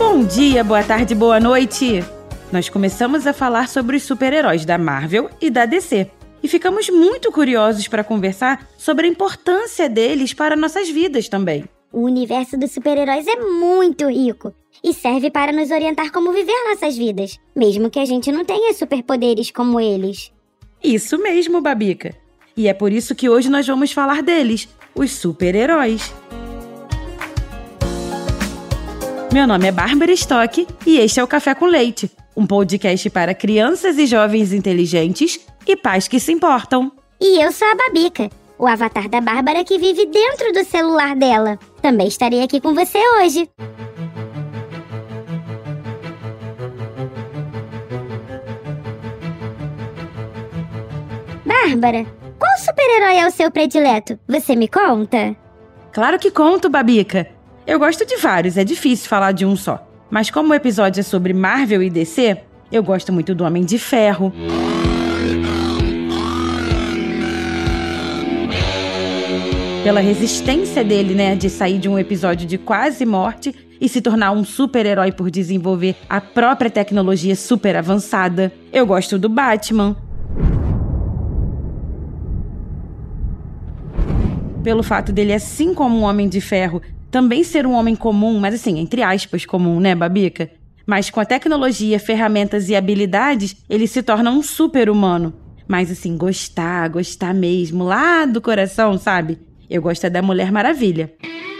Bom dia, boa tarde, boa noite! Nós começamos a falar sobre os super-heróis da Marvel e da DC. E ficamos muito curiosos para conversar sobre a importância deles para nossas vidas também. O universo dos super-heróis é muito rico e serve para nos orientar como viver nossas vidas, mesmo que a gente não tenha superpoderes como eles. Isso mesmo, Babica. E é por isso que hoje nós vamos falar deles, os super-heróis. Meu nome é Bárbara Stock e este é o Café com Leite, um podcast para crianças e jovens inteligentes e pais que se importam. E eu sou a Babica, o avatar da Bárbara que vive dentro do celular dela. Também estarei aqui com você hoje. Bárbara, qual super-herói é o seu predileto? Você me conta? Claro que conto, Babica. Eu gosto de vários, é difícil falar de um só. Mas como o episódio é sobre Marvel e DC, eu gosto muito do Homem de Ferro. Pela resistência dele, de sair de um episódio de quase morte e se tornar um super-herói por desenvolver a própria tecnologia super avançada. Eu gosto do Batman. Pelo fato dele, assim como um Homem de Ferro, também ser um homem comum, mas assim, entre aspas, comum, né, Babica? Mas com a tecnologia, ferramentas e habilidades, ele se torna um super-humano. Mas assim, gostar mesmo, lá do coração, sabe? Eu gosto da Mulher Maravilha.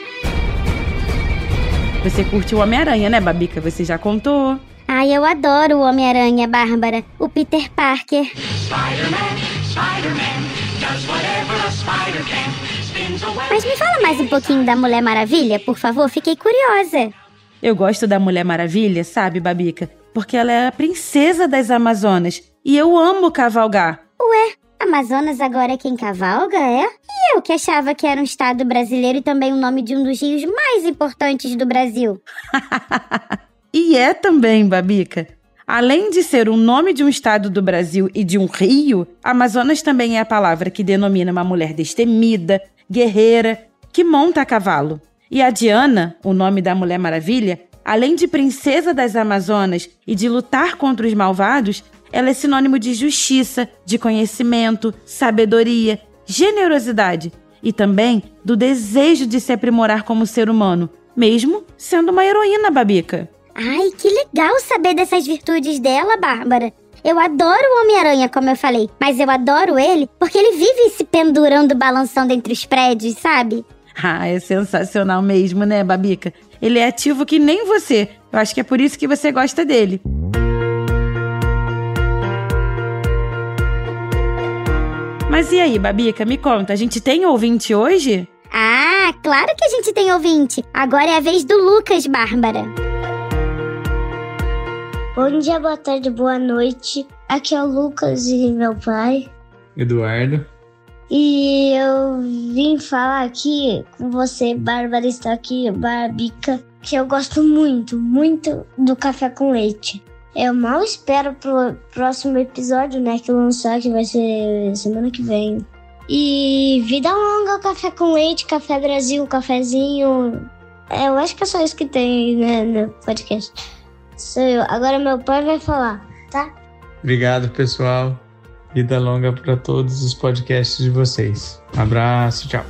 Você curte o Homem-Aranha, né, Babica? Você já contou. Ai, eu adoro o Homem-Aranha, Bárbara. O Peter Parker. Spider-Man, does whatever a spider can. Mas me fala mais um pouquinho da Mulher Maravilha, por favor, fiquei curiosa. Eu gosto da Mulher Maravilha, sabe, Babica? Porque ela é a princesa das Amazonas e eu amo cavalgar. Ué, Amazonas agora é quem cavalga, é? E eu que achava que era um estado brasileiro e também o nome de um dos rios mais importantes do Brasil. E é também, Babica. Além de ser o nome de um estado do Brasil e de um rio, Amazonas também é a palavra que denomina uma mulher destemida, guerreira, que monta a cavalo. E a Diana, o nome da Mulher Maravilha, além de princesa das Amazonas e de lutar contra os malvados, ela é sinônimo de justiça, de conhecimento, sabedoria, generosidade e também do desejo de se aprimorar como ser humano, mesmo sendo uma heroína, Babica. Ai, que legal saber dessas virtudes dela, Bárbara. Eu adoro o Homem-Aranha, como eu falei, mas eu adoro ele porque ele vive se pendurando, balançando entre os prédios, sabe? Ah, é sensacional mesmo, né, Babica? Ele é ativo que nem você. Eu acho que é por isso que você gosta dele. Mas e aí, Babica, me conta, a gente tem ouvinte hoje? Ah, claro que a gente tem ouvinte. Agora é a vez do Lucas, Bárbara. Bom dia, boa tarde, boa noite. Aqui é o Lucas e meu pai, Eduardo. E eu vim falar aqui com você, Bárbara, está aqui, Babica, que eu gosto muito, muito do Café com Leite. Eu mal espero pro próximo episódio, que lançar, que vai ser semana que vem. E vida longa ao Café com Leite, Café Brasil, cafezinho. Eu acho que é só isso que tem, no podcast. Sou eu. Agora meu pai vai falar, tá? Obrigado, pessoal. Vida longa para todos os podcasts de vocês. Um abraço, tchau.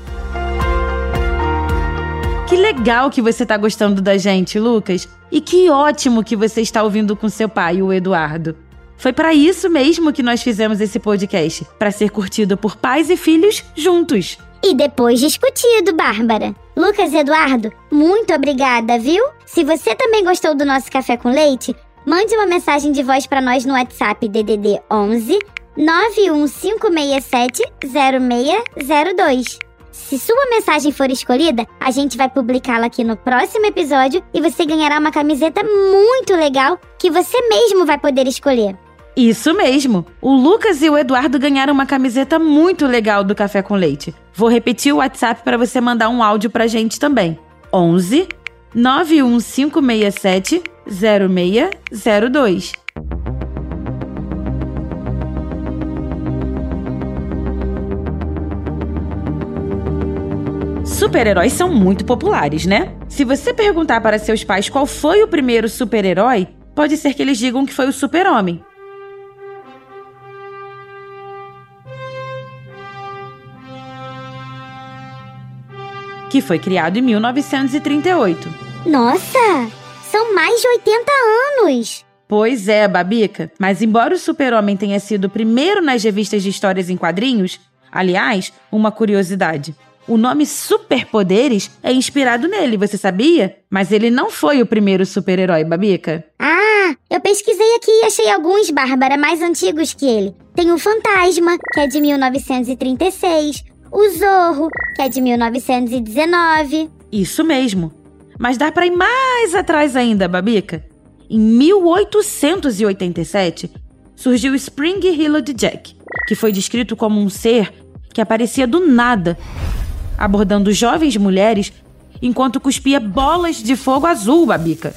Que legal que você tá gostando da gente, Lucas. E que ótimo que você está ouvindo com seu pai, o Eduardo. Foi para isso mesmo que nós fizemos esse podcast, para ser curtido por pais e filhos juntos. E depois discutido, Bárbara. Lucas e Eduardo, muito obrigada, viu? Se você também gostou do nosso Café com Leite, mande uma mensagem de voz para nós no WhatsApp DDD 11 91567 0602. Se sua mensagem for escolhida, a gente vai publicá-la aqui no próximo episódio e você ganhará uma camiseta muito legal que você mesmo vai poder escolher. Isso mesmo! O Lucas e o Eduardo ganharam uma camiseta muito legal do Café com Leite. Vou repetir o WhatsApp para você mandar um áudio pra gente também. 11 91567 0602. Super-heróis são muito populares, né? Se você perguntar para seus pais qual foi o primeiro super-herói, pode ser que eles digam que foi o Super-Homem. Que foi criado em 1938. Nossa! São mais de 80 anos! Pois é, Babica. Mas embora o Super-Homem tenha sido o primeiro nas revistas de histórias em quadrinhos, aliás, uma curiosidade, o nome Superpoderes é inspirado nele, você sabia? Mas ele não foi o primeiro super-herói, Babica. Ah, eu pesquisei aqui e achei alguns, Bárbara, mais antigos que ele. Tem o Fantasma, que é de 1936, o Zorro, que é de 1919. Isso mesmo. Mas dá pra ir mais atrás ainda, Babica. Em 1887, surgiu Spring-Heeled Jack, que foi descrito como um ser que aparecia do nada, abordando jovens mulheres enquanto cuspia bolas de fogo azul, Babica.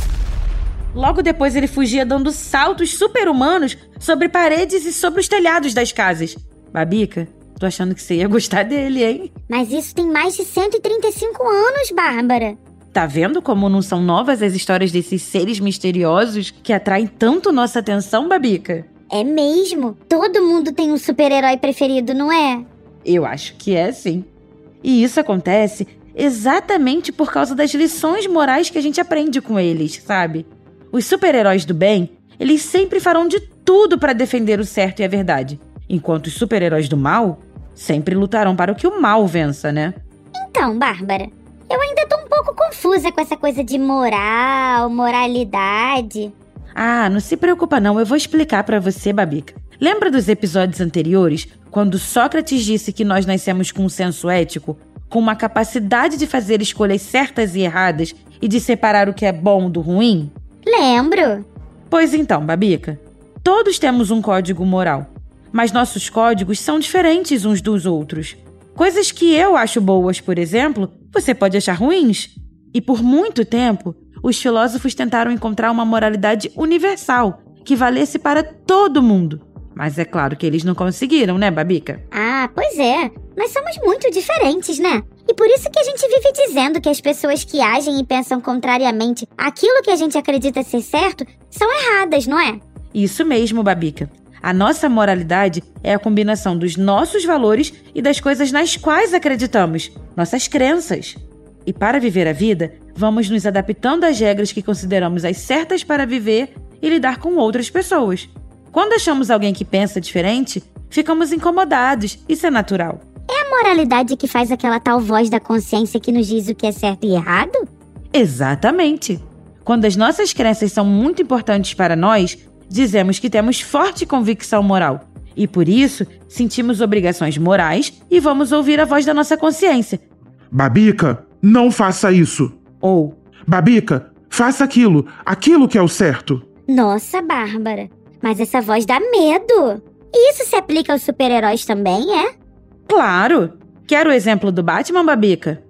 Logo depois ele fugia dando saltos super-humanos sobre paredes e sobre os telhados das casas. Babica, tô achando que você ia gostar dele, hein? Mas isso tem mais de 135 anos, Bárbara. Tá vendo como não são novas as histórias desses seres misteriosos que atraem tanto nossa atenção, Babica? É mesmo. Todo mundo tem um super-herói preferido, não é? Eu acho que é, sim. E isso acontece exatamente por causa das lições morais que a gente aprende com eles, sabe? Os super-heróis do bem, eles sempre farão de tudo para defender o certo e a verdade, enquanto os super-heróis do mal sempre lutarão para que o mal vença, né? Então, Bárbara, eu ainda tô um pouco confusa com essa coisa de moral, moralidade. Ah, não se preocupa não, eu vou explicar pra você, Babica. Lembra dos episódios anteriores, quando Sócrates disse que nós nascemos com um senso ético, com uma capacidade de fazer escolhas certas e erradas e de separar o que é bom do ruim? Lembro. Pois então, Babica, todos temos um código moral, mas nossos códigos são diferentes uns dos outros. Coisas que eu acho boas, por exemplo, você pode achar ruins. E por muito tempo, os filósofos tentaram encontrar uma moralidade universal, que valesse para todo mundo. Mas é claro que eles não conseguiram, né, Babica? Ah, pois é. Nós somos muito diferentes, né? E por isso que a gente vive dizendo que as pessoas que agem e pensam contrariamente àquilo que a gente acredita ser certo são erradas, não é? Isso mesmo, Babica. A nossa moralidade é a combinação dos nossos valores e das coisas nas quais acreditamos, nossas crenças. E para viver a vida, vamos nos adaptando às regras que consideramos as certas para viver e lidar com outras pessoas. Quando achamos alguém que pensa diferente, ficamos incomodados. Isso é natural. É a moralidade que faz aquela tal voz da consciência que nos diz o que é certo e errado? Exatamente. Quando as nossas crenças são muito importantes para nós, dizemos que temos forte convicção moral. E por isso, sentimos obrigações morais e vamos ouvir a voz da nossa consciência. Babica, não faça isso. Ou, Babica, faça aquilo que é o certo. Nossa, Bárbara, mas essa voz dá medo. E isso se aplica aos super-heróis também, é? claro! Quer o exemplo do Batman, Babica?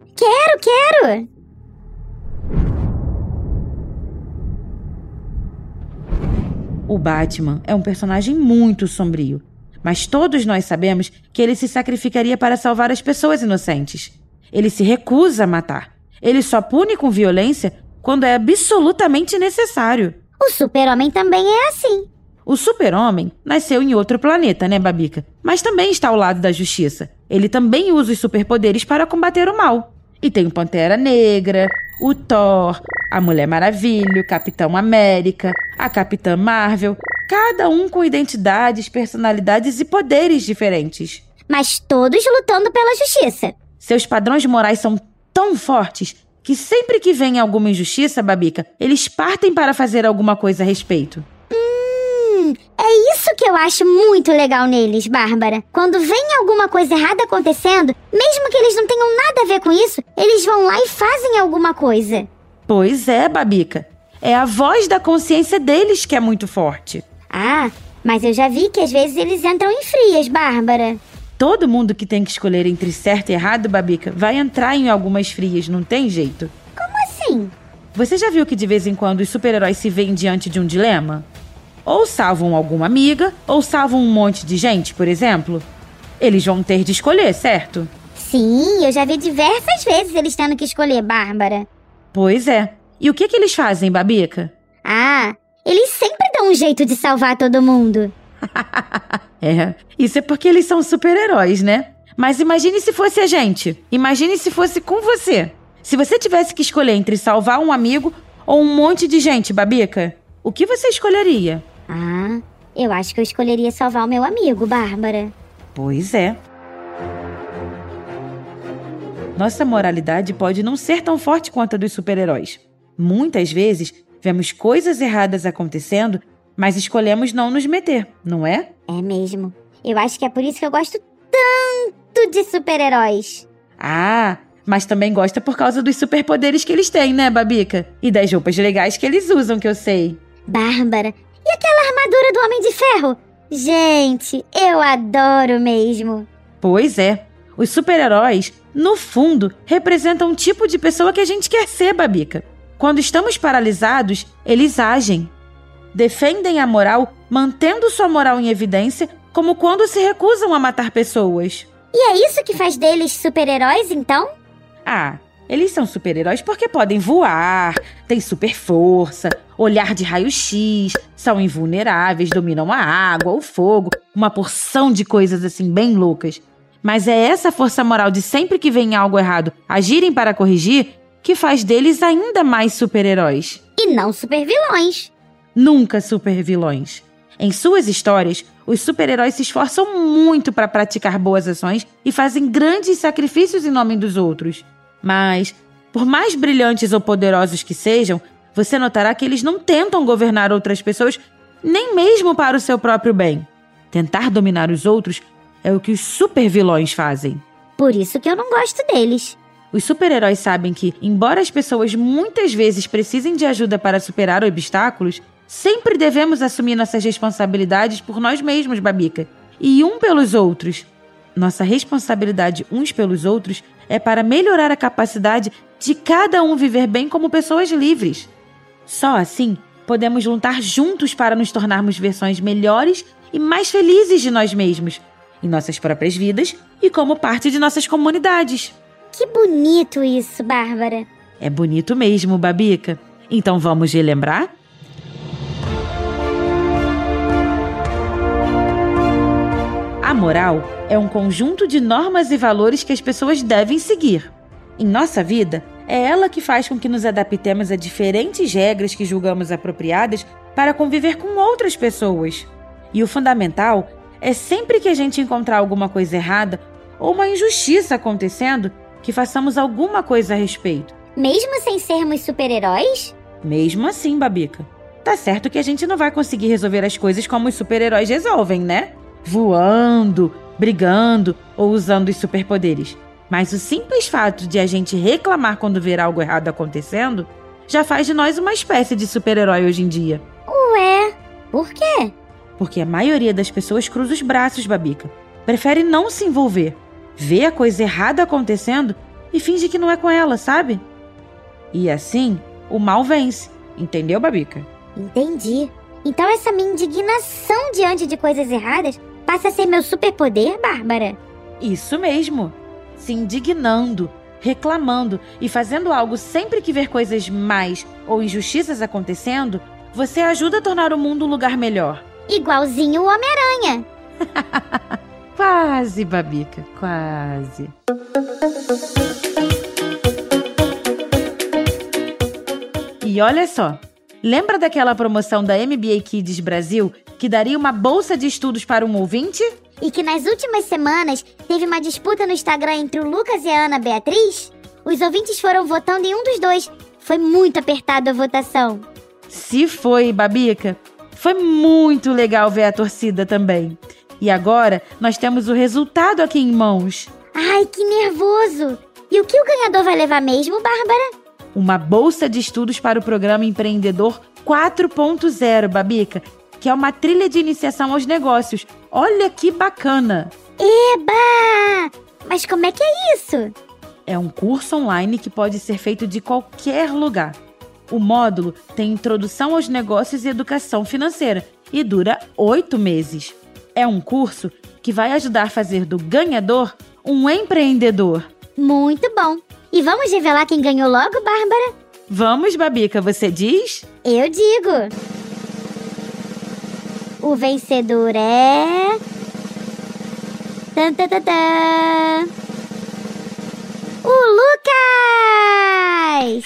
Quero! O Batman é um personagem muito sombrio, mas todos nós sabemos que ele se sacrificaria para salvar as pessoas inocentes. Ele se recusa a matar. Ele só pune com violência quando é absolutamente necessário. O Super-Homem também é assim. O Super-Homem nasceu em outro planeta, né, Babica? Mas também está ao lado da justiça. Ele também usa os superpoderes para combater o mal. E tem o Pantera Negra, o Thor, a Mulher Maravilha, o Capitão América, a Capitã Marvel, cada um com identidades, personalidades e poderes diferentes. Mas todos lutando pela justiça. Seus padrões morais são tão fortes que sempre que vem alguma injustiça, Babica, eles partem para fazer alguma coisa a respeito. É isso que eu acho muito legal neles, Bárbara. Quando vem alguma coisa errada acontecendo, mesmo que eles não tenham nada a ver com isso, eles vão lá e fazem alguma coisa. Pois é, Babica. É a voz da consciência deles que é muito forte. Ah, mas eu já vi que às vezes eles entram em frias, Bárbara. Todo mundo que tem que escolher entre certo e errado, Babica, vai entrar em algumas frias, não tem jeito. Como assim? Você já viu que de vez em quando os super-heróis se veem diante de um dilema? Ou salvam alguma amiga, ou salvam um monte de gente, por exemplo? Eles vão ter de escolher, certo? Sim, eu já vi diversas vezes eles tendo que escolher, Bárbara. Pois é. E o que eles fazem, Babica? Ah, eles sempre dão um jeito de salvar todo mundo. Isso é porque eles são super-heróis, né? Mas imagine se fosse a gente. Imagine se fosse com você. Se você tivesse que escolher entre salvar um amigo ou um monte de gente, Babica, o que você escolheria? Ah, eu acho que eu escolheria salvar o meu amigo, Bárbara. Pois é. Nossa moralidade pode não ser tão forte quanto a dos super-heróis. Muitas vezes, vemos coisas erradas acontecendo, mas escolhemos não nos meter, não é? É mesmo. Eu acho que é por isso que eu gosto tanto de super-heróis. Ah, mas também gosta por causa dos superpoderes que eles têm, né, Babica? E das roupas legais que eles usam, que eu sei. Bárbara, e aquela armadura do Homem de Ferro? Gente, eu adoro mesmo. Pois é. Os super-heróis, no fundo, representam um tipo de pessoa que a gente quer ser, Babica. Quando estamos paralisados, eles agem. Defendem a moral, mantendo sua moral em evidência, como quando se recusam a matar pessoas. E é isso que faz deles super-heróis, então? Ah, eles são super-heróis porque podem voar, têm super força, olhar de raio-x, são invulneráveis, dominam a água, o fogo, uma porção de coisas assim bem loucas. Mas é essa força moral de sempre que vem algo errado agirem para corrigir que faz deles ainda mais super-heróis. E não super-vilões. Nunca super-vilões. Em suas histórias, os super-heróis se esforçam muito para praticar boas ações e fazem grandes sacrifícios em nome dos outros. Mas, por mais brilhantes ou poderosos que sejam, você notará que eles não tentam governar outras pessoas, nem mesmo para o seu próprio bem. Tentar dominar os outros é o que os super-vilões fazem. Por isso que eu não gosto deles. Os super-heróis sabem que, embora as pessoas muitas vezes precisem de ajuda para superar obstáculos, sempre devemos assumir nossas responsabilidades por nós mesmos, Babica, e pelos outros. Nossa responsabilidade uns pelos outros é para melhorar a capacidade de cada um viver bem como pessoas livres. Só assim, podemos lutar juntos para nos tornarmos versões melhores e mais felizes de nós mesmos, em nossas próprias vidas e como parte de nossas comunidades. Que bonito isso, Bárbara. É bonito mesmo, Babica. Então vamos relembrar? A moral é um conjunto de normas e valores que as pessoas devem seguir. Em nossa vida, é ela que faz com que nos adaptemos a diferentes regras que julgamos apropriadas para conviver com outras pessoas. E o fundamental é sempre que a gente encontrar alguma coisa errada ou uma injustiça acontecendo, que façamos alguma coisa a respeito. Mesmo sem sermos super-heróis? Mesmo assim, Babica. Tá certo que a gente não vai conseguir resolver as coisas como os super-heróis resolvem, né? Voando, brigando ou usando os superpoderes. Mas o simples fato de a gente reclamar quando ver algo errado acontecendo já faz de nós uma espécie de super-herói hoje em dia. Ué, por quê? Porque a maioria das pessoas cruza os braços, Babica. Prefere não se envolver, vê a coisa errada acontecendo e finge que não é com ela, sabe? E assim, o mal vence. Entendeu, Babica? Entendi. Então essa minha indignação diante de coisas erradas passa a ser meu superpoder, Bárbara? Isso mesmo. Se indignando, reclamando e fazendo algo sempre que ver coisas más ou injustiças acontecendo, você ajuda a tornar o mundo um lugar melhor. Igualzinho o Homem-Aranha. Quase, Babica, quase. E olha só, lembra daquela promoção da MBA Kids Brasil que daria uma bolsa de estudos para um ouvinte? E que nas últimas semanas teve uma disputa no Instagram entre o Lucas e a Ana Beatriz? Os ouvintes foram votando em um dos dois. Foi muito apertada a votação. Se foi, Babica. Foi muito legal ver a torcida também. E agora nós temos o resultado aqui em mãos. Ai, que nervoso! E o que o ganhador vai levar mesmo, Bárbara? Uma bolsa de estudos para o programa Empreendedor 4.0, Babica, que é uma trilha de iniciação aos negócios. Olha que bacana! Eba! Mas como é que é isso? É um curso online que pode ser feito de qualquer lugar. O módulo tem introdução aos negócios e educação financeira e dura 8 meses. É um curso que vai ajudar a fazer do ganhador um empreendedor. Muito bom. E vamos revelar quem ganhou logo, Bárbara? Vamos, Babica, você diz? Eu digo. O vencedor é... Tan, tan, tan, tan. O Lucas!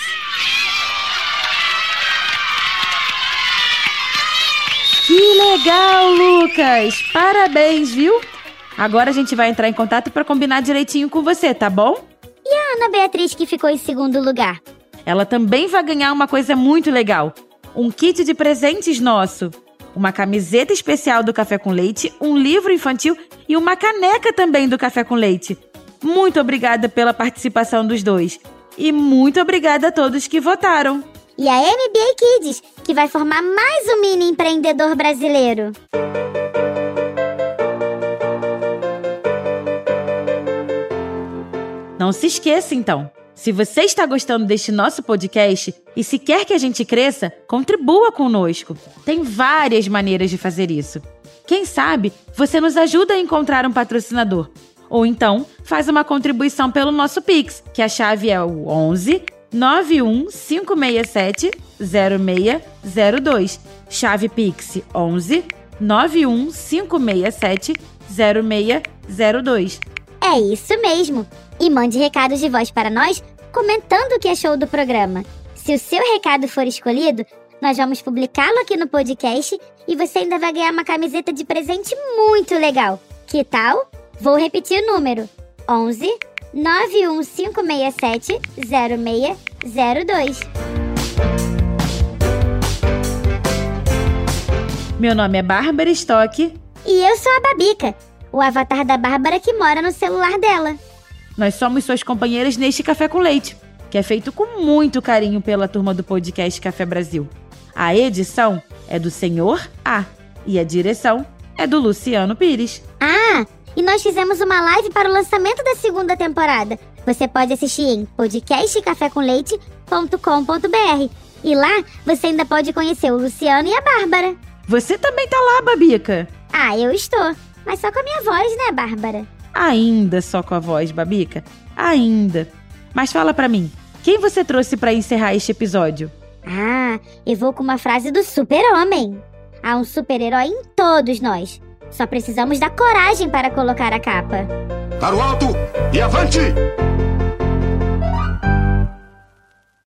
Que legal, Lucas! Parabéns, viu? Agora a gente vai entrar em contato para combinar direitinho com você, tá bom? E a Ana Beatriz, que ficou em segundo lugar? Ela também vai ganhar uma coisa muito legal. Um kit de presentes nosso. Uma camiseta especial do Café com Leite, um livro infantil e uma caneca também do Café com Leite. Muito obrigada pela participação dos dois. E muito obrigada a todos que votaram. E a MBA Kids, que vai formar mais um mini empreendedor brasileiro. Não se esqueça, então. Se você está gostando deste nosso podcast e se quer que a gente cresça, contribua conosco. Tem várias maneiras de fazer isso. Quem sabe você nos ajuda a encontrar um patrocinador. Ou então, faz uma contribuição pelo nosso Pix, que a chave é o 11 91 567 0602. Chave Pix 11 91 567 0602. É isso mesmo. E mande recados de voz para nós, comentando o que achou do programa. Se o seu recado for escolhido, nós vamos publicá-lo aqui no podcast e você ainda vai ganhar uma camiseta de presente muito legal. Que tal? Vou repetir o número. 11 91567 0602. Meu nome é Bárbara Stock. E eu sou a Babica, o avatar da Bárbara que mora no celular dela. Nós somos suas companheiras neste Café com Leite, que é feito com muito carinho pela turma do podcast Café Brasil. A edição é do Senhor A e a direção é do Luciano Pires. Ah, e nós fizemos uma live para o lançamento da segunda temporada. Você pode assistir em podcastcafécomleite.com.br. E lá você ainda pode conhecer o Luciano e a Bárbara. Você também tá lá, Babica? Ah, eu estou. Mas só com a minha voz, né, Bárbara? Ainda só com a voz, Babica. Ainda. Mas fala pra mim, quem você trouxe pra encerrar este episódio? Ah, eu vou com uma frase do Super-Homem. Há um super-herói em todos nós. Só precisamos da coragem para colocar a capa. Para o alto e avante!